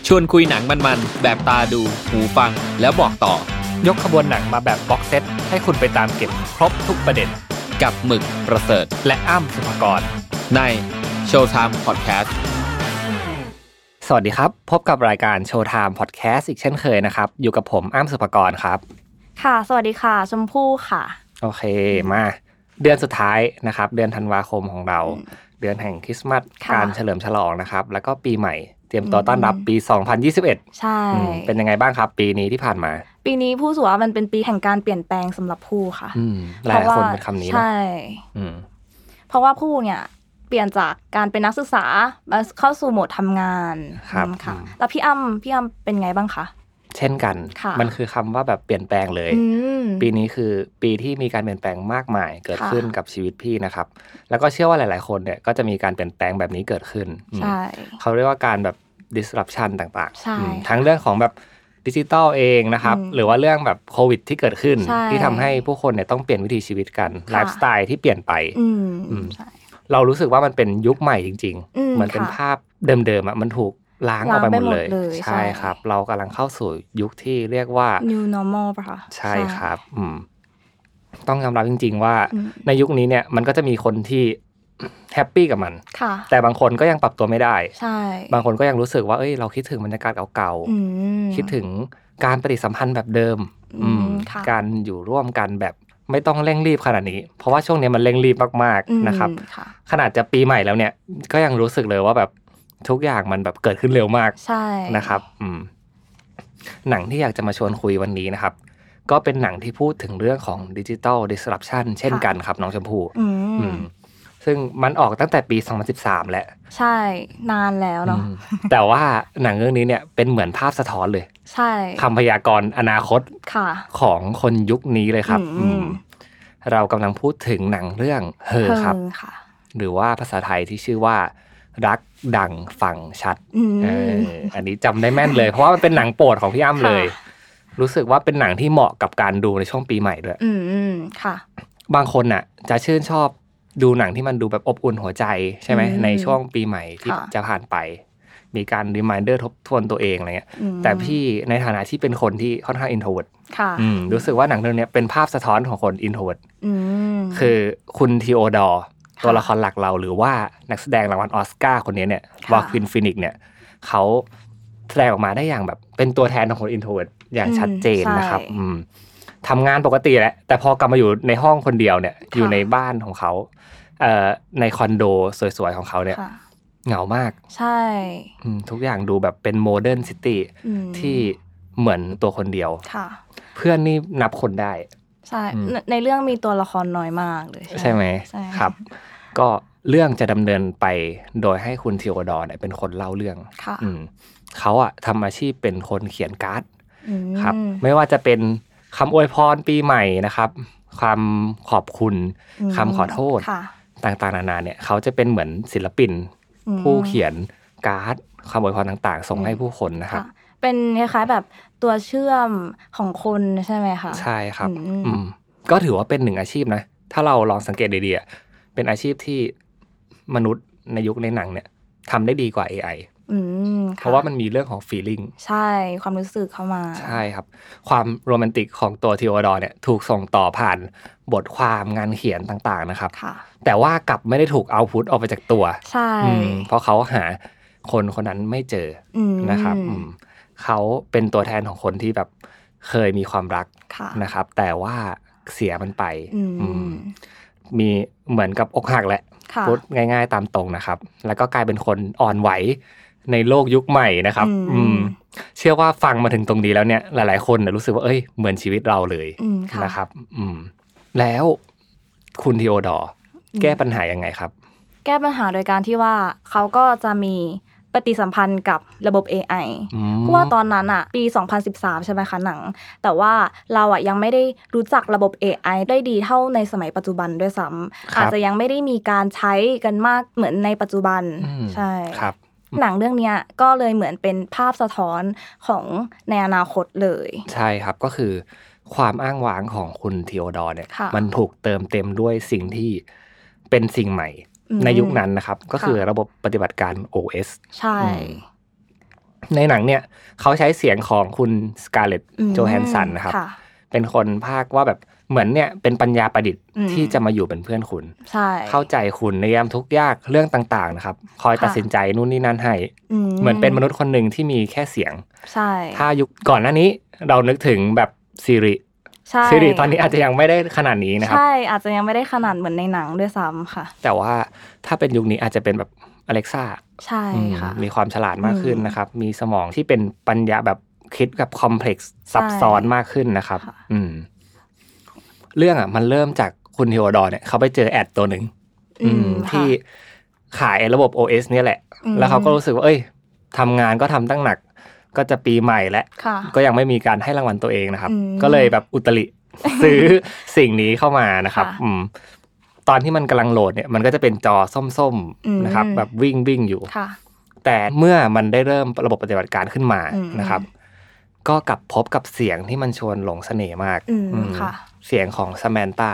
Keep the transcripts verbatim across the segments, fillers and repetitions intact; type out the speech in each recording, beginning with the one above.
ชวนคุยหนังมันๆแบบตาดูหูฟังแล้วบอกต่อยกขบวนหนังมาแบบบ็อกเซตให้คุณไปตามเก็บครบทุกประเด็นกับหมึกประเสริฐและอ้ำสุภกรใน Showtime Podcast สวัสดีครับพบกับรายการ Showtime Podcast อีกเช่นเคยนะครับอยู่กับผมอ้ำสุภกรครับค่ะสวัสดีค่ะชมพู่ค่ะโอเคมาเดือนสุดท้ายนะครับเดือนธันวาคมของเราเดือนแห่งคริสต์มาสการเฉลิมฉลองนะครับแล้วก็ปีใหม่เตรียมตัวต้อนรับปีสองพันยี่สิบเอ็ดใช่เป็นยังไงบ้างครับปีนี้ที่ผ่านมาปีนี้ผู้สึกว่ามันเป็นปีแห่งการเปลี่ยนแปลงสำหรับผู้ค่ะหลายคนเป็นคำนี้นะใช่เพราะว่าผู้เนี่ยเปลี่ยนจากการเป็นนักศึกษามาเข้าสู่โหมดทำงานค่ะแล้วพี่อ้ำพี่อ้ำเป็นไงบ้างคะเช่นกันมันคือคำว่าแบบเปลี่ยนแปลงเลยปีนี้คือปีที่มีการเปลี่ยนแปลงมากมายเกิดขึ้นกับชีวิตพี่นะครับแล้วก็เชื่อว่าหลายๆคนเนี่ยก็จะมีการเปลี่ยนแปลงแบบนี้เกิดขึ้นเขาเรียกว่าการแบบ disruption ต่างๆทั้งเรื่องของแบบดิจิทัลเองนะครับหรือว่าเรื่องแบบโควิดที่เกิดขึ้นที่ทำให้ผู้คนเนี่ยต้องเปลี่ยนวิถีชีวิตกันไลฟ์สไตล์ที่เปลี่ยนไปเรารู้สึกว่ามันเป็นยุคใหม่จริงๆเหมือนเป็นภาพเดิมๆอ่ะมันถูกล้างออกไปหมดเลยใช่ครับเรากำลังเข้าสู่ยุคที่เรียกว่า new normal ป่ะคะใช่ครับอืมต้องยอมรับจริงๆว่าในยุคนี้เนี่ยมันก็จะมีคนที่แฮปปี้กับมันแต่บางคนก็ยังปรับตัวไม่ได้ใช่บางคนก็ยังรู้สึกว่าเอ้ยเราคิดถึงบรรยากาศเก่าๆคิดถึงการปฏิสัมพันธ์แบบเดิมการอยู่ร่วมกันแบบไม่ต้องเร่งรีบขนาดนี้เพราะว่าช่วงนี้มันเร่งรีบมากๆนะครับขนาดจะปีใหม่แล้วเนี่ยก็ยังรู้สึกเลยว่าแบบทุกอย่างมันแบบเกิดขึ้นเร็วมากนะครับหนังที่อยากจะมาชวนคุยวันนี้นะครับก็เป็นหนังที่พูดถึงเรื่องของ Digital Disruption เช่นกันครับน้องชมพู่ซึ่งมันออกตั้งแต่ปีสองพันสิบสามแล้วใช่นานแล้วเนาะแต่ว่าหนังเรื่องนี้เนี่ยเป็นเหมือนภาพสะท้อนเลยใช่คำพยากรณ์อนาคตของคนยุคนี้เลยครับเรากำลังพูดถึงหนังเรื่องเฮอครับหรือว่าภาษาไทยที่ชื่อว่ารักดังฟังชัดเอออันนี้จำได้แม่นเลยเพราะว่ามันเป็นหนังโปรดของพี่อ้ำเลยรู้สึกว่าเป็นหนังที่เหมาะกับการดูในช่วงปีใหม่ด้วยอืมค่ะบางคนน่ะจะชื่นชอบดูหนังที่มันดูแบบอบอุ่นหัวใจใช่ไหมในช่วงปีใหม่ที่จะผ่านไปมีการรีมายเดอร์ทบทวนตัวเองอะไรเงี้ยแต่พี่ในฐานะที่เป็นคนที่ค่อนข้างอินโทรเวิร์ตรู้สึกว่าหนังเรื่องนี้เป็นภาพสะท้อนของคนอินโทรเวิร์ตคือคุณทีโอดอร์ตัวละครหลักเราหรือว่านักแสดงรางวัลออสการ์คนนี้เนี่ยวาควินฟินิกซ์เนี่ยเขาแสดงออกมาได้อย่างแบบเป็นตัวแทนของคนอินโทรเวิร์ตอย่างชัดเจนนะครับทำงานปกติแหละแต่พอกลับมาอยู่ในห้องคนเดียวเนี่ยอยู่ในบ้านของเขาในคอนโดสวยๆของเขาเนี่ยเหงามากใช่ทุกอย่างดูแบบเป็นโมเดิร์นซิตี้ที่เหมือนตัวคนเดียวเพื่อนนี่นับคนได้ใช่ในเรื่องมีตัวละครน้อยมากเลยใช่ไหมครับก็เรื่องจะดำเนินไปโดยให้คุณทีโอดอร์เนี่ยเป็นคนเล่าเรื่องเขาอะทำอาชีพเป็นคนเขียนการ์ดครับไม่ว่าจะเป็นคำอวยพรปีใหม่นะครับความขอบคุณคำขอโทษต่างๆนานาเนี่ยเขาจะเป็นเหมือนศิลปินผู้เขียนการ์ดคำอวยพรต่างๆส่งให้ผู้คนนะครับเป็นคล้ายๆแบบตัวเชื่อมของคนใช่ไหมคะใช่ครับก็ถือว่าเป็นหนึ่งอาชีพนะถ้าเราลองสังเกตดีๆเป็นอาชีพที่มนุษย์ในยุคในหนังเนี่ยทำได้ดีกว่า เอ ไอ เพราะว่ามันมีเรื่องของ feeling ใช่ความรู้สึกเข้ามาใช่ครับความโรแมนติกของตัวทีโอดอร์เนี่ยถูกส่งต่อผ่านบทความงานเขียนต่างๆนะครับแต่ว่ากลับไม่ได้ถูกเอาพุทออกไปจากตัวใช่เพราะเขาหาคนคนนั้นไม่เจอนะครับเขาเป็นตัวแทนของคนที่แบบเคยมีความรักนะครับแต่ว่าเสียมันไปมีเหมือนกับอกหักแหละพูดง่ายๆตามตรงนะครับแล้วก็กลายเป็นคนอ่อนไหวในโลกยุคใหม่นะครับเชื่อว่าฟังมาถึงตรงนี้แล้วเนี่ยหลายๆคนรู้สึกว่าเอ้ยเหมือนชีวิตเราเลยนะครับแล้วคุณทีโอดอร์แก้ปัญหายังไงครับแก้ปัญหาโดยการที่ว่าเขาก็จะมีปฏิสัมพันธ์กับระบบ เอ ไอ เพราะว่าตอนนั้นอ่ะปีสองพันสิบสามใช่ไหมคะหนังแต่ว่าเราอ่ะยังไม่ได้รู้จักระบบ เอ ไอ ได้ดีเท่าในสมัยปัจจุบันด้วยซ้ำอาจจะยังไม่ได้มีการใช้กันมากเหมือนในปัจจุบันใช่ครับหนังเรื่องนี้ก็เลยเหมือนเป็นภาพสะท้อนของในอนาคตเลยใช่ครับก็คือความอ้างว้างของคุณทีโอดอร์เนี่ยมันถูกเติมเต็มด้วยสิ่งที่เป็นสิ่งใหม่ในยุคนั้นนะครับก็คือระบบปฏิบัติการ โอ เอสใช่ในหนังเนี่ยเขาใช้เสียงของคุณสการ์เล็ตโจแฮนสันนะครับเป็นคนพากย์ว่าแบบเหมือนเนี่ยเป็นปัญญาประดิษฐ์ที่จะมาอยู่เป็นเพื่อนคุณเข้าใจคุณในยามทุกข์ยากเรื่องต่างๆนะครับคอยตัดสินใจนู่นนี่นั่นให้เหมือนเป็นมนุษย์คนหนึ่งที่มีแค่เสียงใช่ถ้ายุคก่อนหน้านี้เรานึกถึงแบบซิริซิริตอนนี้อาจจะยังไม่ได้ขนาดนี้นะครับใช่อาจจะยังไม่ได้ขนาดเหมือนในหนังด้วยซ้ำค่ะแต่ว่าถ้าเป็นยุคนี้อาจจะเป็นแบบ Alexa ใช่ค่ะมีความฉลาดมากขึ้นนะครับมีสมองที่เป็นปัญญาแบบคิดกับคอมเพล็กซ์ซับซ้อนมากขึ้นนะครับอืมเรื่องอ่ะมันเริ่มจากคุณเทโอดอร์เนี่ยเขาไปเจอแอดตัวหนึ่งที่ขายระบบ โอ เอส เนี่ยแหละแล้วเขาก็รู้สึกว่าเอ้ยทำงานก็ทำตั้งหนักก็จะปีใหม่แล้วก็ยังไม่มีการให้รางวัลตัวเองนะครับก็เลยแบบอุตริซื้อสิ่งนี้เข้ามานะครับอืมตอนที่มันกำลังโหลดเนี่ยมันก็จะเป็นจอส้มๆนะครับแบบวิ่งวิ่งอยู่แต่เมื่อมันได้เริ่มระบบปฏิบัติการขึ้นมานะครับก็กลับพบกับเสียงที่มันชวนหลงเสน่ห์มากเสียงของซาแมนต้า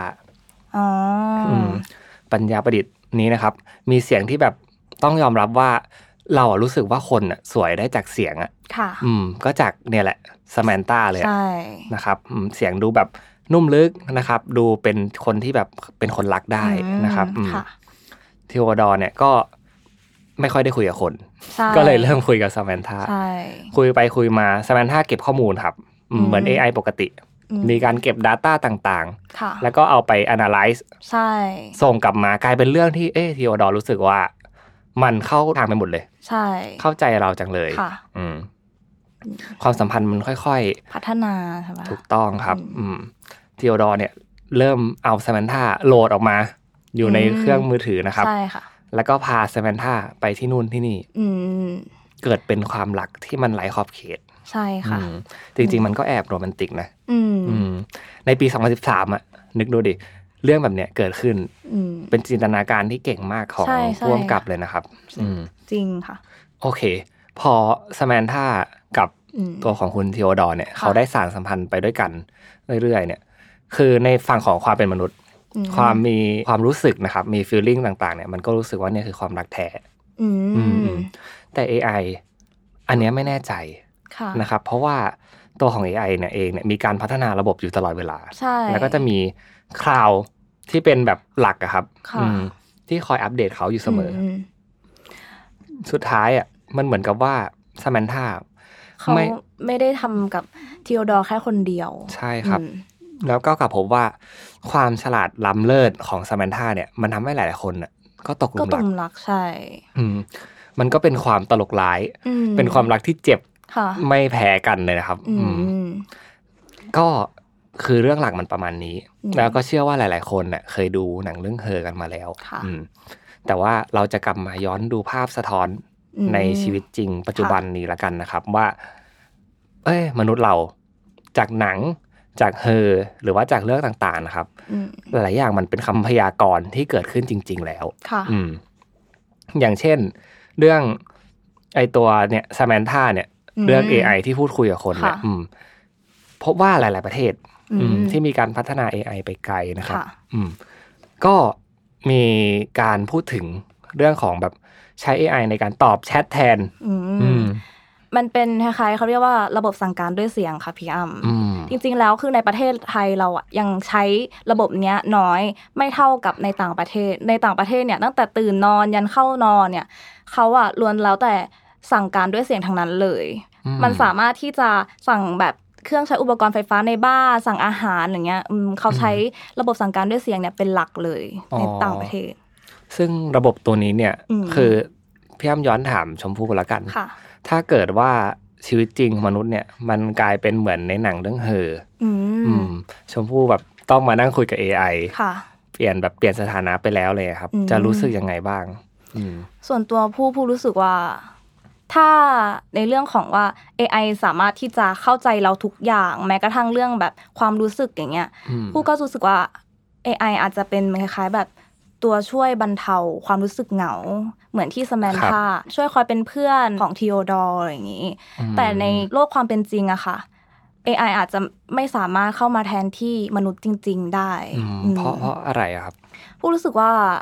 ปัญญาประดิษฐ์นี้นะครับมีเสียงที่แบบต้องยอมรับว่าเรารู้สึกว่าคนอ่ะสวยได้จากเสียงอ่ะอืมก็จากเนี่ยแหละซาแมนต้าเลยนะครับเสียงดูแบบนุ่มลึกนะครับดูเป็นคนที่แบบเป็นคนรักได้นะครับเทโอดอร์เนี่ยก็ไม่ค่อยได้คุยกับคนก็เลยเริ่มคุยกับซาแมนต้าคุยไปคุยมาซาแมนต้าเก็บข้อมูลครับเหมือน เอ ไอ ปกติมีการเก็บ data ต่างๆแล้วก็เอาไป analyze ใช่ส่งกลับมากลายเป็นเรื่องที่เอ๊ะเทโอดอร์รู้สึกว่ามันเข้าทางไปหมดเลยใช่เข้าใจเราจังเลยอืมความสัมพันธ์มันค่อยๆพัฒนาใช่ไหมถูกต้องครับอืมเทโอดอร์เนี่ยเริ่มเอาซาแมนต้าโหลดออกมาอยู่ในเครื่องมือถือนะครับใช่ค่ะแล้วก็พาซาแมนต้าไปที่นู่นที่นี่เกิดเป็นความรักที่มันไร้ขอบเขตใช่ค่ะจริงๆมันก็แอบโรแมนติกนะในปีสองพันสิบสามอ่ะนึกดูดิเรื่องแบบเนี้ยเกิดขึ้นเป็นจินตนาการที่เก่งมากของผู้กำกับเลยนะครับจริงค่ะโอเคพอซาแมนต้ากับตัวของคุณเทโอดอร์เนี่ยเขาได้สานสัมพันธ์ไปด้วยกันเรื่อยๆเนี่ยคือในฝั่งของความเป็นมนุษย์ความมีความรู้สึกนะครับมีฟีลลิ่งต่างๆเนี่ยมันก็รู้สึกว่าเนี่ยคือความรักแท้แต่ เอ ไอ อันนี้ไม่แน่ใจนะครับเพราะว่าตัวของ เอ ไอ เนี่ยเองเนี่ยมีการพัฒนาระบบอยู่ตลอดเวลาแล้วก็จะมีคลาวด์ที่เป็นแบบหลักอะครับที่คอยอัปเดตเขาอยู่เสมอสุดท้ายอะมันเหมือนกับว่าซาแมนต้าเขาไม่ไม่ได้ทำกับเทโอดอร์แค่คนเดียวใช่ครับแล้วก็กลับพบว่าความฉลาดล้ำเลิศของซาแมนต้าเนี่ยมันทำให้หลายๆคนน่ะก็ตกหลุมรักก็ตกหลุมรักใช่มันก็เป็นความตลกร้ายเป็นความรักที่เจ็บไม่แพ้กันเลยนะครับก็คือเรื่องหลักมันประมาณนี้แล้วก็เชื่อว่าหลายๆคนน่ะเคยดูหนังเรื่องเฮอกันมาแล้วแต่ว่าเราจะกลับมาย้อนดูภาพสะท้อนในชีวิตจริงปัจจุบันนี้ละกันนะครับว่าเอ้ยมนุษย์เราจากหนังจากเฮอหรือว่าจากเรื่องต่างๆนะครับหลายอย่างมันเป็นคำพยากรณ์ที่เกิดขึ้นจริงๆแล้วอย่างเช่นเรื่องไอตัวเนี่ยซาแมนต้าเนี่ยเรื่อง เอ ไอ ที่พูดคุยกับคนเนี่ยพบว่าหลายๆประเทศที่มีการพัฒนา เอ ไอ ไปไกลนะครับก็มีการพูดถึงเรื่องของแบบใช้ เอ ไอ ในการตอบแชทแทนมันเป็นคล้ายๆเขาเรียกว่าระบบสั่งการด้วยเสียงค่ะพี่อ้ำจริงๆแล้วคือในประเทศไทยเราอ่ะยังใช้ระบบเนี้ยน้อยไม่เท่ากับในต่างประเทศในต่างประเทศเนี่ยตั้งแต่ตื่นนอนยันเข้านอนเนี่ยเขาอ่ะล้วนแล้วแต่สั่งการด้วยเสียงทั้งนั้นเลยมันสามารถที่จะสั่งแบบเครื่องใช้อุปกรณ์ไฟฟ้าในบ้านสั่งอาหารอย่างเงี้ยเขาใช้ระบบสั่งการด้วยเสียงเนี่ยเป็นหลักเลยในต่างประเทศซึ่งระบบตัวนี้เนี่ยคือพี่อ้ำย้อนถามชมพู่ละกันถ้าเกิดว่าชีวิตจริงมนุษย์เนี่ยมันกลายเป็นเหมือนในหนังเรื่องเฮอชมพู่แบบต้องมานั่งคุยกับ เอ ไอ เปลี่ยนแบบเปลี่ยนสถานะไปแล้วเลยครับจะรู้สึกยังไงบ้างส่วนตัวผู้ผู้รู้สึกว่าถ้าในเรื่องของว่า เอ ไอ สามารถที่จะเข้าใจเราทุกอย่างแม้กระทั่งเรื่องแบบความรู้สึกอย่างเงี้ยผู้ก็รู้สึกว่า เอ ไอ อาจจะเป็นคล้ายๆแบบตัวช่วยบรรเทาความรู้สึกเหงาเหมือนที่ซาแมนต้าช่วยคอยเป็นเพื่อนของเทโอดอร์อย่างนี้แต่ในโลกความเป็นจริงอะค่ะ เอ ไอ อาจจะไม่สามารถเข้ามาแทนที่มนุษย์จริงๆได้เพราะเพราะอะไรครับผู้รู้สึกว่า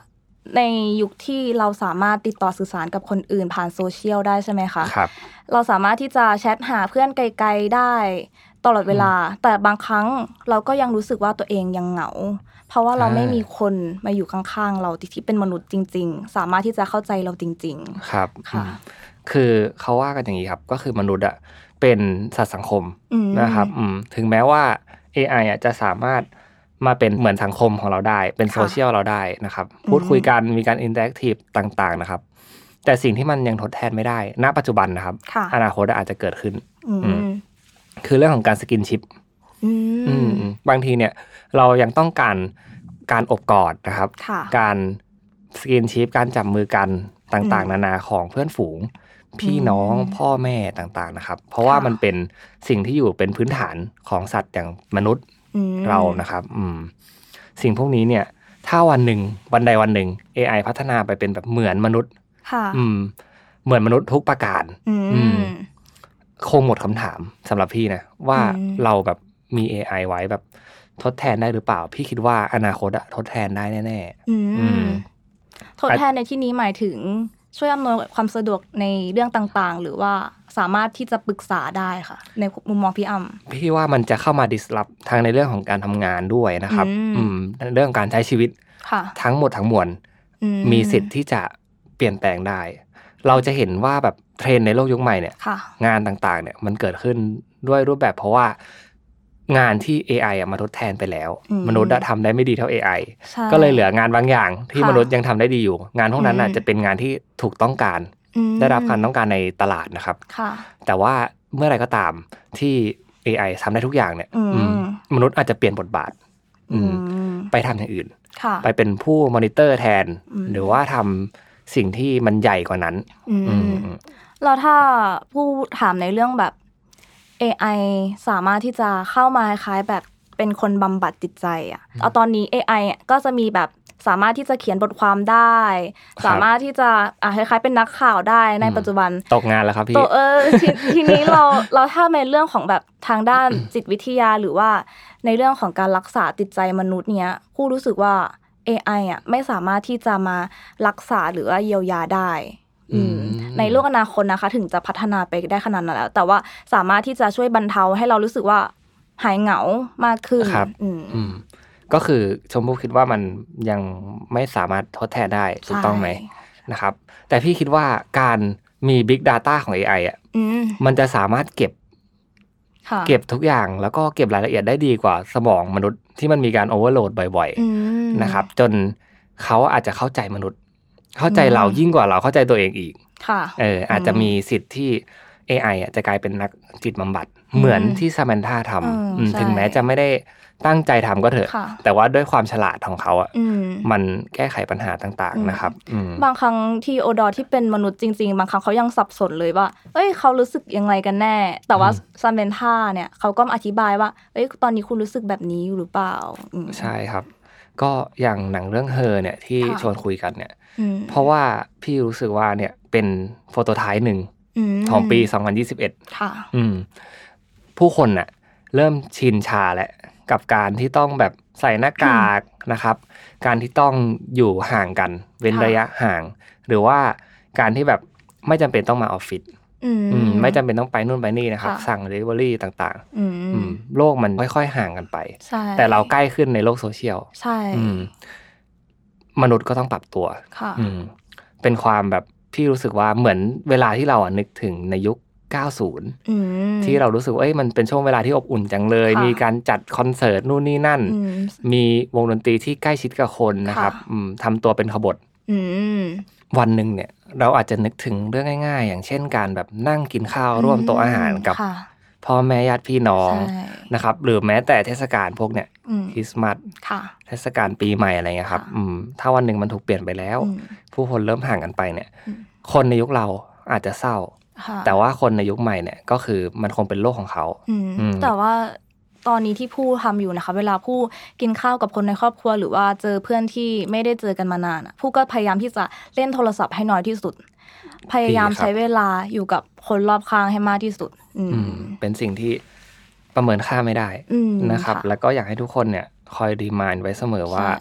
ในยุคที่เราสามารถติดต่อสื่อสารกับคนอื่นผ่านโซเชียลได้ใช่ไหมคะครับเราสามารถที่จะแชทหาเพื่อนไกลๆได้ตลอดเวลาแต่บางครั้งเราก็ยังรู้สึกว่าตัวเองยังเหงาเพราะว่าเราไม่มีคนมาอยู่ข้างๆเราที่เป็นมนุษย์จริงๆสามารถที่จะเข้าใจเราจริงๆครับค่ะคือเขาว่ากันอย่างนี้ครับก็คือมนุษย์อะเป็นสัตว์สังคมนะครับถึงแม้ว่า เอ ไอ อ่ะจะสามารถมาเป็นเหมือนสังคมของเราได้เป็นโซเชียลเราได้นะครับพูดคุยกันมีการอินเตอร์แอคทีฟต่างๆนะครับแต่สิ่งที่มันยังทดแทนไม่ได้ณปัจจุบันนะครับอนาคตอาจจะเกิดขึ้นคือเรื่องของการสกินชิปบางทีเนี่ยเรายังต้องการการอบกอดนะครับการสกินชิปการจับมือกันต่างๆนานาของเพื่อนฝูงพี่น้องพ่อแม่ต่างๆนะครับเพราะว่ามันเป็นสิ่งที่อยู่เป็นพื้นฐานของสัตว์อย่างมนุษย์เรานะครับอืมสิ่งพวกนี้เนี่ยถ้าวันหนึ่งวันใดวันหนึ่ง เอ ไอ พัฒนาไปเป็นแบบเหมือนมนุษย์อืมเหมือนมนุษย์ทุกประการอืมคงหมดคำถามสำหรับพี่นะว่าเราแบบมี เอ ไอ ไว้แบบทดแทนได้หรือเปล่าพี่คิดว่าอนาคตอะทดแทนได้แน่ๆอืมทดแทนในที่นี้หมายถึงช่วยอำนวยความสะดวกในเรื่องต่างๆหรือว่าสามารถที่จะปรึกษาได้ค่ะในมุมมองพี่อ้ำพี่ว่ามันจะเข้ามา disrupt ทางในเรื่องของการทำงานด้วยนะครับอืมเรื่องการใช้ชีวิตทั้งหมดทั้งมวลมีสิทธิ์ที่จะเปลี่ยนแปลงได้เราจะเห็นว่าแบบเทรนด์ในโลกยุคใหม่เนี่ยงานต่างๆเนี่ยมันเกิดขึ้นด้วยรูปแบบเพราะว่างานที่ เอ ไอ อ่ะมาทดแทนไปแล้วมนุษย์ทำได้ไม่ดีเท่า เอ ไอ ก็เลยเหลืองานบางอย่างที่มนุษย์ยังทำได้ดีอยู่งานพวกนั้นน่ะจะเป็นงานที่ถูกต้องการได้รับการต้องการในตลาดนะครับแต่ว่าเมื่อไรก็ตามที่ เอ ไอ ทำได้ทุกอย่างเนี่ยมนุษย์อาจจะเปลี่ยนบทบาทไปทำอย่างอื่นไปเป็นผู้มอนิเตอร์แทนหรือว่าทำสิ่งที่มันใหญ่กว่านั้นแล้วถ้าผู้ถามในเรื่องแบบ เอ ไอ สามารถที่จะเข้ามาคล้ายแบบเป็นคนบำบัดจิตใจอ่ะเอาตอนนี้ เอ ไอ ก็จะมีแบบสามารถที่จะเขียนบทความได้สามารถที่จะอ่ะคล้ายๆเป็นนักข่าวได้ในปัจจุบันตกงานแล้วครับพี่เออ ท, ทีนี้เราเราถ้าในเรื่องของแบบทางด้านจิตวิทยาหรือว่าในเรื่องของการรักษาจิตใจมนุษย์เนี้ยผู้รู้สึกว่า เอ ไอ อ่ะไม่สามารถที่จะมารักษาหรือว่าเยียวยาได้ในโลกอนาคตนะคะถึงจะพัฒนาไปได้ขนาดนั้นแล้วแต่ว่าสามารถที่จะช่วยบรรเทาให้เรารู้สึกว่าหายเหงามากขึ้นครับก็คือชมพู่คิดว่ามันยังไม่สามารถทดแทนได้ถูกต้องไหมนะครับแต่พี่คิดว่าการมี Big Data ของ เอ ไอ อ่ะมันจะสามารถเก็บเก็บทุกอย่างแล้วก็เก็บรายละเอียดได้ดีกว่าสมองมนุษย์ที่มันมีการโอเวอร์โหลดบ่อยๆนะครับจนเขาอาจจะเข้าใจมนุษย์เข้าใจเรายิ่งกว่าเราเข้าใจตัวเองอีกเอออาจจะมีสิทธิ์ที่ เอ ไอ อ่ะจะกลายเป็นนักจิตบำบัดเหมือนที่ซามันธาทำถึงแม้จะไม่ได้ตั้งใจทำก็เถอะแต่ว่าด้วยความฉลาดของเขาอ่ะมันแก้ไขปัญหาต่างๆนะครับบางครั้งที่โอดอที่เป็นมนุษย์จริงๆบางครั้งเขายังสับสนเลยว่าเอ้ยเขารู้สึกยังไงกันแน่แต่ว่าซามันธาเนี่ยเขาก็อธิบายว่าเอ้ยตอนนี้คุณรู้สึกแบบนี้อยู่หรือเปล่าใช่ครับก็อย่างหนังเรื่องเฮอเนี่ยที่ชวนคุยกันเนี่ยเพราะว่าพี่รู้สึกว่าเนี่ยเป็นโฟโตไทป์หนึ่งของปีสองพันยี่สิบเอ็ดค่ะอืมผู้คนน่ะเริ่มชินชาแล้วกับการที่ต้องแบบใส่หน้ากากนะครับการที่ต้องอยู่ห่างกันเว้นระยะห่างหรือว่าการที่แบบไม่จำเป็นต้องมาออฟฟิศไม่จำเป็นต้องไปนู่นไปนี่นะครับสั่ง delivery ต่างๆโลกมันค่อยๆห่างกันไปแต่เราใกล้ขึ้นในโลกโซเชียลใช่มนุษย์ก็ต้องปรับตัวเป็นความแบบพี่รู้สึกว่าเหมือนเวลาที่เราอ่ะนึกถึงในยุคเก้าสิบที่เรารู้สึกว่าเอ้ยมันเป็นช่วงเวลาที่อบอุ่นจังเลยมีการจัดคอนเสิร์ตนู่นนี่นั่นมีวงดนตรีที่ใกล้ชิดกับคนนะครับทำตัวเป็นขบถวันหนึ่งเนี่ยเราอาจจะนึกถึงเรื่องง่ายๆอย่างเช่นการแบบนั่งกินข้าวร่วมโต๊ะอาหารกับพ่อแม่ญาติพี่น้องนะครับหรือแม้แต่เทศกาลพวกเนี่ยคริสต์มาสเทศกาลปีใหม่อะไรเงี้ยครับถ้าวันหนึ่งมันถูกเปลี่ยนไปแล้วผู้คนเริ่มห่างกันไปเนี่ยคนในยุคเราอาจจะเศร้าแต่ว่าคนในยุคใหม่เนี่ยก็คือมันคงเป็นโลกของเขาแต่ว่าตอนนี้ที่ผู้ทำอยู่นะคะเวลาผู้กินข้าวกับคนในครอบครัวหรือว่าเจอเพื่อนที่ไม่ได้เจอกันมานานผู้ก็พยายามที่จะเล่นโทรศัพท์ให้น้อยที่สุดพยายามใช้เวลาอยู่กับคนรอบข้างให้มากที่สุดเป็นสิ่งที่ประเมินค่าไม่ได้นะครับแล้วก็อยากให้ทุกคนเนี่ยคอยรีมายด์ไว้เสมอว่า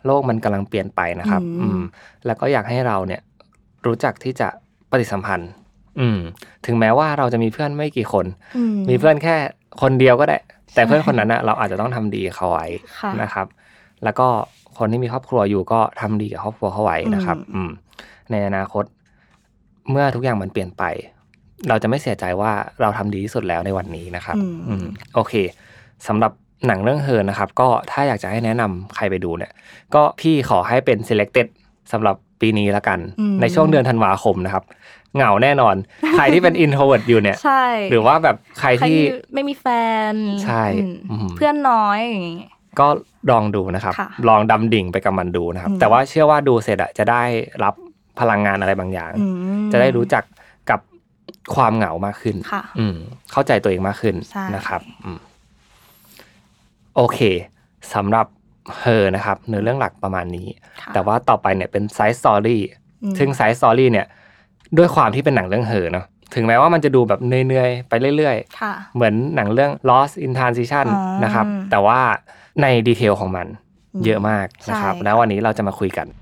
โลกมันกำลังเปลี่ยนไปนะครับอืมแล้วก็อยากให้เราเนี่ยรู้จักที่จะปฏิสัมพันธ์อืมถึงแม้ว่าเราจะมีเพื่อนไม่กี่คนมีเพื่อนแค่คนเดียวก็ได้แต่เพื่อนคนนั้นนะเราอาจจะต้องทำดีเขาไว้นะครับแล้วก็คนที่มีครอบครัวอยู่ก็ทำดีกับครอบครัวเขาไว้นะครับอืมในอนาคตเมื่อทุกอย่างมันเปลี่ยนไปเราจะไม่เสียใจว่าเราทำดีที่สุดแล้วในวันนี้นะครับอืมโอเคสำหรับหนังเรื่องเฮิร์นนะครับก็ถ้าอยากจะให้แนะนำใครไปดูเนี่ยก็พี่ขอให้เป็น selected สำหรับปีนี้ละกันในช่วงเดือนธันวาคมนะครับเหงาแน่นอนใครที่เป็น introvert อยู่เนี่ยหรือว่าแบบใครที่ไม่มีแฟนใช่เพื่อนน้อยอย่างงี้ก็ลองดูนะครับลองดำดิ่งไปกับมันดูนะครับแต่ว่าเชื่อว่าดูเสร็จอะจะได้รับพลังงานอะไรบางอย่างจะได้รู้จักกับความเหงามากขึ้นอืมเข้าใจตัวเองมากขึ้นนะครับอืมโอเคสำหรับเฮอนะครับเนื้อเรื่องหลักประมาณนี้แต่ว่าต่อไปเนี่ยเป็นไซส์สตอรี่ซึ่งไซส์สตอรี่เนี่ยด้วยความที่เป็นหนังเรื่องเฮอเนาะถึงแม้ว่ามันจะดูแบบเหนื่อยๆไปเรื่อยๆเหมือนหนังเรื่อง Lost in Transition นะครับแต่ว่าในดีเทลของมันเยอะมากนะครับแล้ววันนี้เราจะมาคุยกัน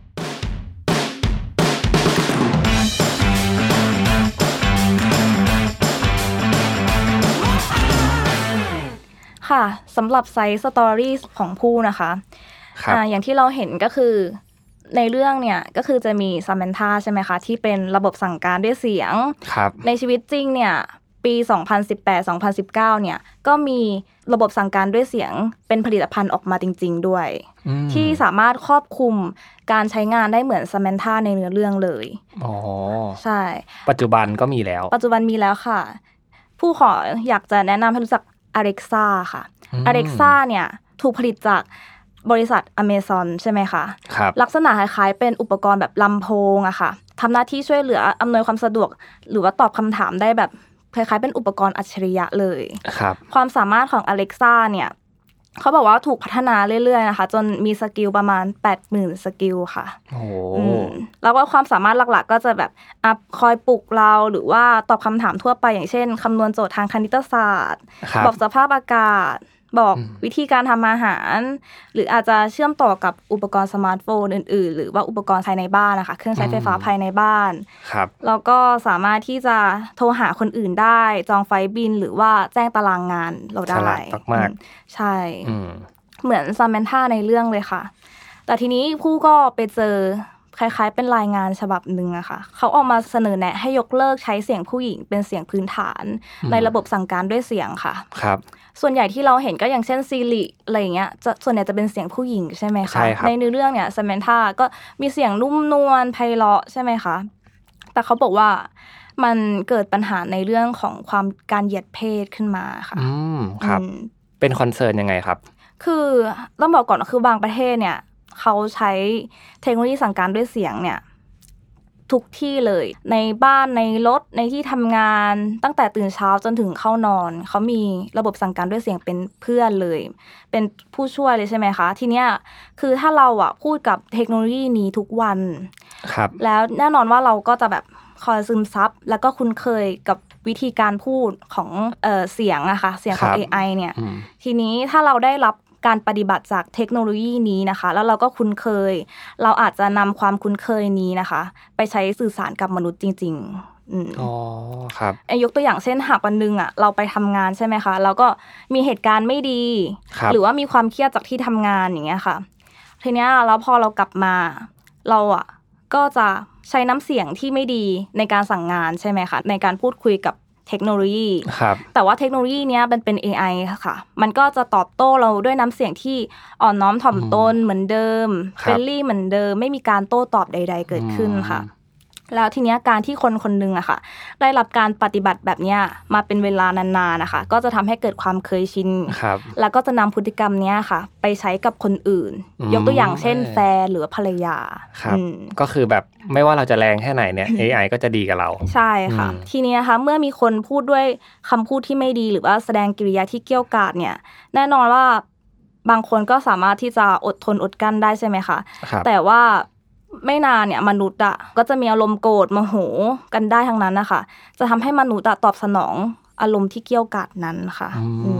ค่ะสำหรับไซส์สตอรี่ของผู้นะคะอ่าอย่างที่เราเห็นก็คือในเรื่องเนี่ยก็คือจะมีซามนธาใช่ไหมคะที่เป็นระบบสั่งการด้วยเสียงในชีวิตจริงเนี่ยปีสองพันสิบแปด สองพันสิบเก้าเนี่ยก็มีระบบสั่งการด้วยเสียงเป็นผลิตภัณฑ์ออกมาจริงๆด้วยที่สามารถครอบคลุมการใช้งานได้เหมือนซามนธาในเนื้อเรื่องเลยอ๋อใช่ปัจจุบันก็มีแล้วปัจจุบันมีแล้วค่ะผู้ขออยากจะแนะนำให้รู้จัก Alexa ค่ะ Alexa เนี่ยถูกผลิตจากบริษัท Amazon ใช่ไหมคะลักษณะคล้ายๆเป็นอุปกรณ์แบบลำโพงอะค่ะทำหน้าที่ช่วยเหลืออำนวยความสะดวกหรือว่าตอบคำถามได้แบบคล้ายๆเป็นอุปกรณ์อัจฉริยะเลยครับความสามารถของ Alexa เนี่ยเขาบอกว่าถูกพัฒนาเรื่อยๆนะคะจนมีสกิลประมาณ แปดหมื่น สกิลค่ะโอ้แล้วก็ความสามารถหลักๆก็จะแบบอัพคอยปลุกเราหรือว่าตอบคำถามทั่วไปอย่างเช่นคำนวณโจทย์ทางคณิตศาสตร์บอกสภาพอากาศบอกวิธีการทำอาหารหรืออาจจะเชื่อมต่อกับอุปกรณ์สมาร์ทโฟนอื่นๆหรือว่าอุปกรณ์ภายในบ้านนะคะเครื่องใช้ไฟฟ้าภายในบ้านครับแล้วก็สามารถที่จะโทรหาคนอื่นได้จองไฟบินหรือว่าแจ้งตารางงานเราได้ฉลาดมากๆใช่เหมือนซามนธาในเรื่องเลยค่ะแต่ทีนี้ผู้ก็ไปเจอคล้ายๆเป็นรายงานฉบับหนึ่งอะค่ะเขาออกมาเสนอแนะให้ยกเลิกใช้เสียงผู้หญิงเป็นเสียงพื้นฐานในระบบสั่งการด้วยเสียงค่ะครับส่วนใหญ่ที่เราเห็นก็อย่างเช่นซีริอะไรอย่างเงี้ยจะส่วนใหญ่จะเป็นเสียงผู้หญิงใช่ไหมคะในเนื้อเรื่องเนี่ยซามนธาก็มีเสียงนุ่มนวลไพเราะใช่ไหมคะแต่เขาบอกว่ามันเกิดปัญหาในเรื่องของความการเหยียดเพศขึ้นมาค่ะอืมครับเป็นคอนเซิร์นยังไงครับคือต้องบอกก่อนว่าคือบางประเทศเนี่ยเขาใช้เทคโนโลยีสั่งการด้วยเสียงเนี่ยทุกที่เลยในบ้านในรถในที่ทำงานตั้งแต่ตื่นเช้าจนถึงเข้านอนเขามีระบบสั่งการด้วยเสียงเป็นเพื่อนเลยเป็นผู้ช่วยเลยใช่ไหมคะทีเนี้ยคือถ้าเราอ่ะพูดกับเทคโนโลยีนี้ทุกวันครับแล้วแน่นอนว่าเราก็จะแบบคอยซึมซับแล้วก็คุ้นเคยกับวิธีการพูดของเอ่อเสียงอะค่ะเสียงของ เอ ไอ เนี่ยทีนี้ถ้าเราได้รับการปฏิบัติจากเทคโนโลยีนี้นะคะแล้วเราก็คุ้นเคยเราอาจจะนำความคุ้นเคยนี้นะคะไปใช้สื่อสารกับมนุษย์จริงๆอ๋อครับยกตัวอย่างเช่นหากวันนึงอ่ะเราไปทำงานใช่ไหมคะแล้วก็มีเหตุการณ์ไม่ดีหรือว่ามีความเครียดจากที่ทำงานอย่างเงี้ยค่ะทีเนี้ยแล้วพอเรากลับมาเราอ่ะก็จะใช้น้ำเสียงที่ไม่ดีในการสั่งงานใช่ไหมคะในการพูดคุยกับเทคโนโลยีแต่ว่าเทคโนโลยีเนี้ยมันเป็น เอ ไอ ค่ะมันก็จะตอบโต้เราด้วยน้ำเสียงที่อ่อนน้อมถ่อมตนเหมือนเดิมเฟรนลี่เหมือนเดิมไม่มีการโต้ตอบใดๆเกิดขึ้นค่ะแล้วทีเนี้ยการที่คนคนนึงอะค่ะได้รับการปฏิบัติแบบเนี้ยมาเป็นเวลานานๆนะคะก็จะทำให้เกิดความเคยชินแล้วก็จะนำพฤติกรรมเนี้ยค่ะไปใช้กับคนอื่นยกตัวอย่างเช่นแฟนหรือภรรยาก็คือแบบไม่ว่าเราจะแรงแค่ไหนเนี่ย เอ ไอ ก็จะดีกับเราใช่ค่ะทีนี้นะคะเมื่อมีคนพูดด้วยคำพูดที่ไม่ดีหรือว่าแสดงกิริยาที่เกี้ยวกาดเนี่ยแน่นอนว่าบางคนก็สามารถที่จะอดทนอดกั้นได้ใช่ไหมคะแต่ว่าไม่นานเนี่ยมนุษย์อ่ะก็จะมีอารมณ์โกรธโมโหกันได้ทั้งนั้นนะคะจะทำให้มนุษย์ตอบสนองอารมณ์ที่เกี้ยวกาดนั้นค่ะ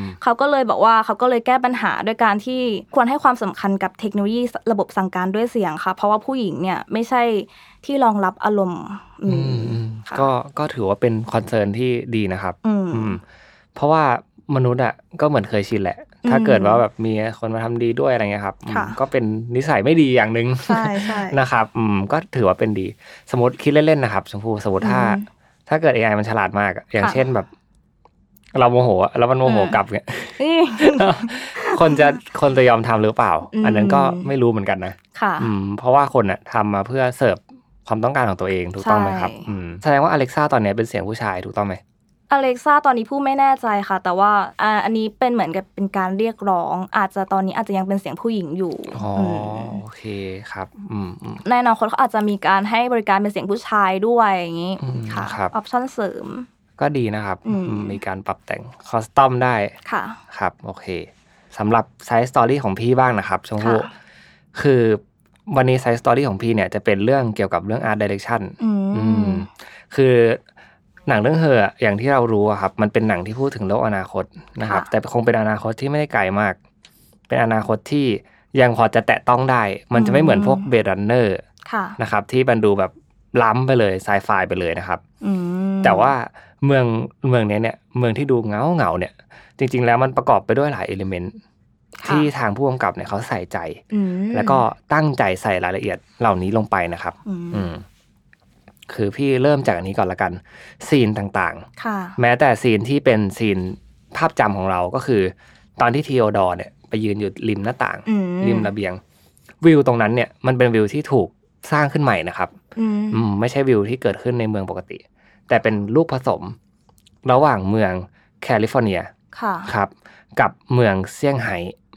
เขาก็เลยบอกว่าเขาก็เลยแก้ปัญหาด้วยการที่ควรให้ความสำคัญกับเทคโนโลยีระบบสั่งการด้วยเสียงค่ะเพราะว่าผู้หญิงเนี่ยไม่ใช่ที่รองรับอารมณ์ก็ก็ถือว่าเป็นคอนเซิร์นที่ดีนะครับเพราะว่ามนุษย์อ่ะก็เหมือนเคยชินแหละถ้าเกิดว่าแบบมีคนมาทำดีด้วยอะไรเงี้ยครับก็เป็นนิสัยไม่ดีอย่างนึงนะครับก็ถือว่าเป็นดีสมมติคิดเล่นๆนะครับชมพูสมมติถ้าถ้าเกิด เอ ไอ มันฉลาดมากอย่างเช่นแบบเราโมโหแล้วมันโมโหกลับเนี่ยคนจะคนจะยอมทำหรือเปล่าอันนั้นก็ไม่รู้เหมือนกันนะเพราะว่าคนอ่ะทำมาเพื่อเสิร์ฟความต้องการของตัวเองถูกต้องไหมครับแสดงว่า Alexa ตอนนี้เป็นเสียงผู้ชายถูกต้องไหม Alexa ตอนนี้ผู้ไม่แน่ใจค่ะแต่ว่าอันนี้เป็นเหมือนกับเป็นการเรียกร้องอาจจะตอนนี้อาจจะยังเป็นเสียงผู้หญิงอยู่อ๋อโอเคครับในอนาคตเขาอาจจะมีการให้บริการเป็นเสียงผู้ชายด้วยอย่างนี้ค่ะออปชั่นเสริมก็ดีนะครับมีการปรับแต่งคอสตอมได้ค่ะครับโอเคสำหรับไซส์สตอรี่ของพี่บ้างนะครับชมพู่คือวันนี้ไซส์สตอรี่ของพี่เนี่ยจะเป็นเรื่องเกี่ยวกับเรื่อง Art Direction อืมคือหนังเรื่องเฮออย่างที่เรารู้อะครับมันเป็นหนังที่พูดถึงโลกอนาคตนะครับแต่คงเป็นอนาคตที่ไม่ได้ไกลมากเป็นอนาคตที่ยังพอจะแตะต้องได้มันจะไม่เหมือนพวก Blade Runner นะครับที่มันดูแบบล้ำไปเลยไซไฟไปเลยนะครับแต่ว่าเมืองเมืองนี้เนี่ยเมืองที่ดูเงาเงาเนี่ยจริงๆแล้วมันประกอบไปด้วยหลายเอลิเมนต์ที่ทางผู้กำกับเนี่ยเขาใส่ใจแล้วก็ตั้งใจใส่รายละเอียดเหล่านี้ลงไปนะครับอืมคือพี่เริ่มจากอันนี้ก่อนละกันซีนต่างๆแม้แต่ซีนที่เป็นซีนภาพจำของเราก็คือตอนที่ทีโอดอร์เนี่ยไปยืนอยู่ริมหน้าต่างริมระเบียงวิวตรงนั้นเนี่ยมันเป็นวิวที่ถูกสร้างขึ้นใหม่นะครับอืมไม่ใช่วิวที่เกิดขึ้นในเมืองปกติแต่เป็นลูกผสมระหว่างเมืองแคลิฟอร์เนียครับกับเมืองเซี่ยงไฮ้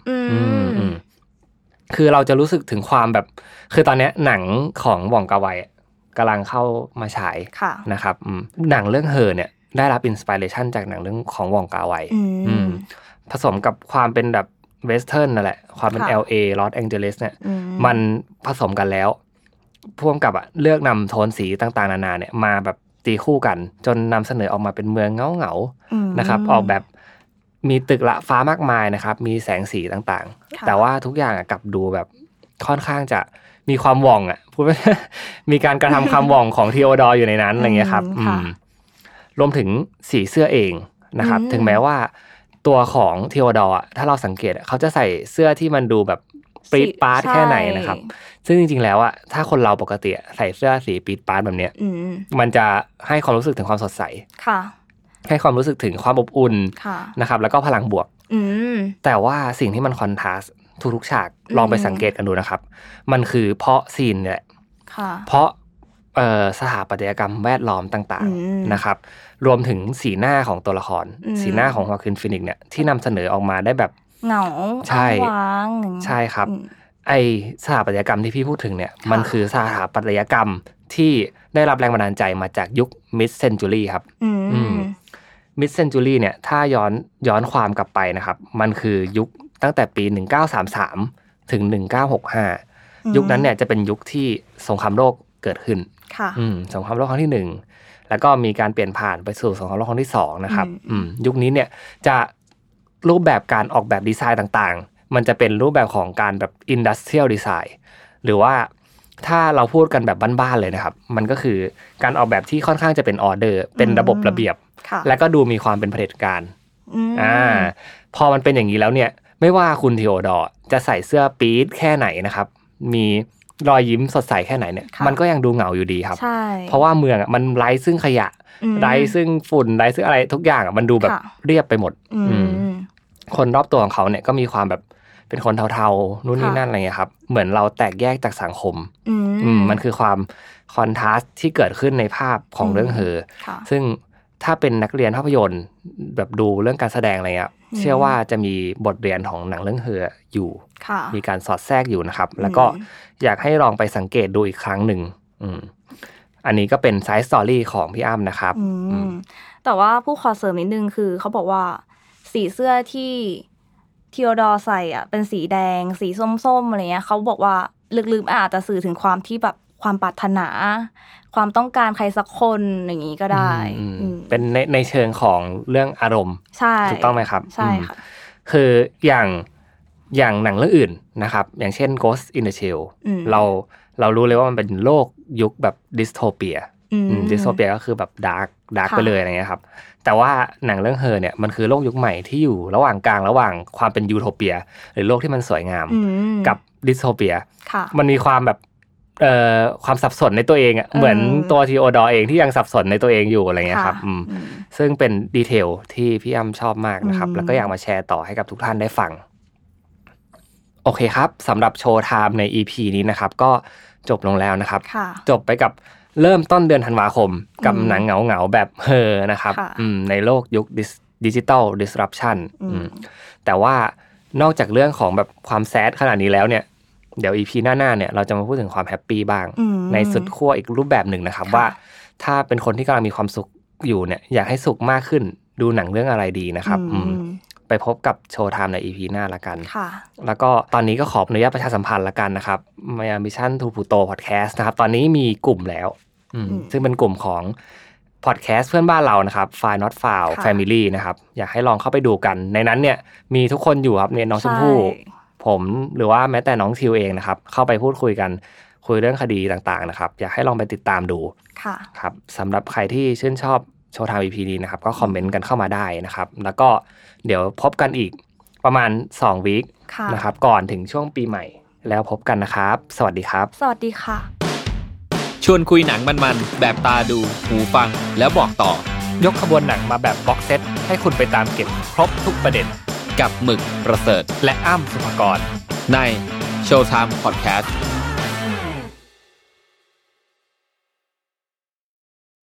คือเราจะรู้สึกถึงความแบบคือตอนนี้หนังของหว่องกาไวกำลังเข้ามาฉายนะครับหนังเรื่องเฮอเนี่ยได้รับอินสปิเรชันจากหนังเรื่องของหว่องกาไวผสมกับความเป็นแบบเวสเทิร์นนั่นแหละความเป็น แอล เอ ลอสแองเจลิสเนี่ยมันผสมกันแล้วพ่วงกับอ่ะเลือกนำโทนสีต่างๆนานาเนี่ยมาแบบตีคู่กันจนนำเสนอออกมาเป็นเมืองเงาๆนะครับออกแบบมีตึกละฟ้ามากมายนะครับมีแสงสีต่างๆแต่ว่าทุกอย่างกลับดูแบบค่อนข้างจะมีความว่องอ่ะพูดมีการกระทำความว่องของทีโอดอร์อยู่ในนั้นอะไรเงี้ยครับรวมถึงสีเสื้อเองนะครับถึงแม้ว่าตัวของทีโอดอร์ถ้าเราสังเกตเขาจะใส่เสื้อที่มันดูแบบปรี๊ดปาร์ตแค่ไหนนะครับซึ่งจริงๆแล้วอ่ะถ้าคนเราปกติใส่เสื้อสีปรี๊ดปาร์ตแบบเนี้ยมันจะให้ความรู้สึกถึงความสดใสให้ความรู้สึกถึงความอบอุ่นนะครับแล้วก็พลังบวกแต่ว่าสิ่งที่มันคอนทราสต์ทุกๆฉากลองไปสังเกตกันดูนะครับมันคือเพราะซีนเนี่ยเพราะสถาปัตยกรรมแวดล้อมต่างๆนะครับรวมถึงสีหน้าของตัวละครสีหน้าของฮอคินฟีนิกซ์เนี่ยที่นำเสนอออกมาได้แบบเหงาใช่ใช่ครับไอสถาปัตยกรรมที่พี่พูดถึงเนี่ยมันคือสถาปัตยกรรมที่ได้รับแรงบันดาลใจมาจากยุค Mid Century ครับMid Century เนี่ยถ้าย้อนย้อนความกลับไปนะครับมันคือยุคตั้งแต่ปีหนึ่งเก้าสามสามถึงหนึ่งเก้าหกห้ายุคนั้นเนี่ยจะเป็นยุคที่สงครามโลกเกิดขึ้นอืมสงครามโลกครั้งที่หนึ่งแล้วก็มีการเปลี่ยนผ่านไปสู่สงครามโลกครั้งที่สองนะครับอืมยุคนี้เนี่ยจะรูปแบบการออกแบบดีไซน์ต่างๆมันจะเป็นรูปแบบของการแบบ Industrial Design หรือว่าถ้าเราพูดกันแบบบ้านๆเลยนะครับมันก็คือการออกแบบที่ค่อนข้างจะเป็นออเดอร์เป็นระบบระเบียบและก็ดูมีความเป็นเผด็จการอ่าพอมันเป็นอย่างนี้แล้วเนี่ยไม่ว่าคุณทีโอดอร์จะใส่เสื้อปี๊ดแค่ไหนนะครับมีรอยยิ้มสดใสแค่ไหนเนี่ยมันก็ยังดูเหงาอยู่ดีครับเพราะว่าเมืองอ่ะมันไร้ซึ่งขยะไร้ซึ่งฝุ่นไร้ซึ่งอะไรทุกอย่างอ่ะมันดูแบบเรียบไปหมดคนรอบตัวของเขาเนี่ยก็มีความแบบเป็นคนเทาๆนู่นนี่นั่นอะไรเงี้ยครับเหมือนเราแตกแยกจากสังคมมันคือความคอนทราสต์ที่เกิดขึ้นในภาพของเรื่องเฮอซึ่งถ้าเป็นนักเรียนภาพยนตร์แบบดูเรื่องการแสดงอะไรเงี้ยเชื่อว่าจะมีบทเรียนของหนังเรื่องเฮออยู่มีการสอดแทรกอยู่นะครับแล้วก็อยากให้ลองไปสังเกตดูอีกครั้งหนึ่งอันนี้ก็เป็นไซส์สตอรี่ของพี่อ้ำนะครับแต่ว่าผู้ขอเสริมนิดนึงคือเขาบอกว่าสีเสื้อที่ทีโอดอร์ใส่อ่ะเป็นสีแดงสีส้มๆอะไรเงี้ยเขาบอกว่าลึกๆอาจจะสื่อถึงความที่แบบความปรารถนาความต้องการใครสักคนอย่างนี้ก็ได้เป็นในในเชิงของเรื่องอารมณ์ถูกต้องไหมครับใช่ค่ะคืออย่างอย่างหนังเรื่องอื่นนะครับอย่างเช่น Ghost in the Shell เราเรารู้เลยว่ามันเป็นโลกยุคแบบดิสโทเปียดิสโทเปียก็คือแบบดาร์กดาร์กไปเลยอะไรเงี้ยครับแต่ว่าหนังเรื่องเฮอเนี่ยมันคือโลกยุคใหม่ที่อยู่ระหว่างกลางระหว่างความเป็นยูโทเปียหรือโลกที่มันสวยงามกับดิสโทเปียมันมีความแบบเอ่อความสับสนในตัวเองอ่ะเหมือนตัวทีโอดอร์เองที่ยังสับสนในตัวเองอยู่อะไรเงี้ยครับซึ่งเป็นดีเทลที่พี่อ้ำชอบมากนะครับแล้วก็อยากมาแชร์ต่อให้กับทุกท่านได้ฟังโอเคครับสำหรับโชว์ไทม์ใน อี พี นี้นะครับก็จบลงแล้วนะครับจบไปกับเริ่มต้นเดือนธันวาคมกับหนังเหงาๆแบบเฮอนะครับในโลกยุคดิจิตอลดิสรัปชันแต่ว่านอกจากเรื่องของแบบความแซดขนาดนี้แล้วเนี่ยเดี๋ยว อี พี หน้าๆเนี่ยเราจะมาพูดถึงความแฮปปี้บ้างในสุดขั้วอีกรูปแบบหนึ่งนะครับว่าถ้าเป็นคนที่กำลังมีความสุขอยู่เนี่ยอยากให้สุขมากขึ้นดูหนังเรื่องอะไรดีนะครับไปพบกับโชว์ไทม์ใน อี พี หน้าละกันแล้วก็ตอนนี้ก็ขออนุญาตประชาสัมพันธ์ละกันนะครับ My Ambition to Pluto Podcast นะครับตอนนี้มีกลุ่มแล้วซึ่งเป็นกลุ่มของพอดแคสต์เพื่อนบ้านเรานะครับ File Not Found Family นะครับอยากให้ลองเข้าไปดูกันในนั้นเนี่ยมีทุกคนอยู่ครับเนี่ยน้องชมพู่ผมหรือว่าแม้แต่น้องทิวเองนะครับเข้าไปพูดคุยกันคุยเรื่องคดีต่างๆนะครับอยากให้ลองไปติดตามดูครับสำหรับใครที่ชื่นชอบโชว์ไทม์ อี พี นี้นะครับก็คอมเมนต์กันเข้ามาได้นะครับแล้วก็เดี๋ยวพบกันอีกประมาณสองวีคนะครับก่อนถึงช่วงปีใหม่แล้วพบกันนะครับสวัสดีครับสวัสดีค่ะชวนคุยหนังมันๆแบบตาดูหูฟังแล้วบอกต่อยกขบวนหนังมาแบบบ็อกเซตให้คุณไปตามเก็บครบทุกประเด็นกับหมึกประเสริฐและอ้ำสุภกรใน Showtime Podcast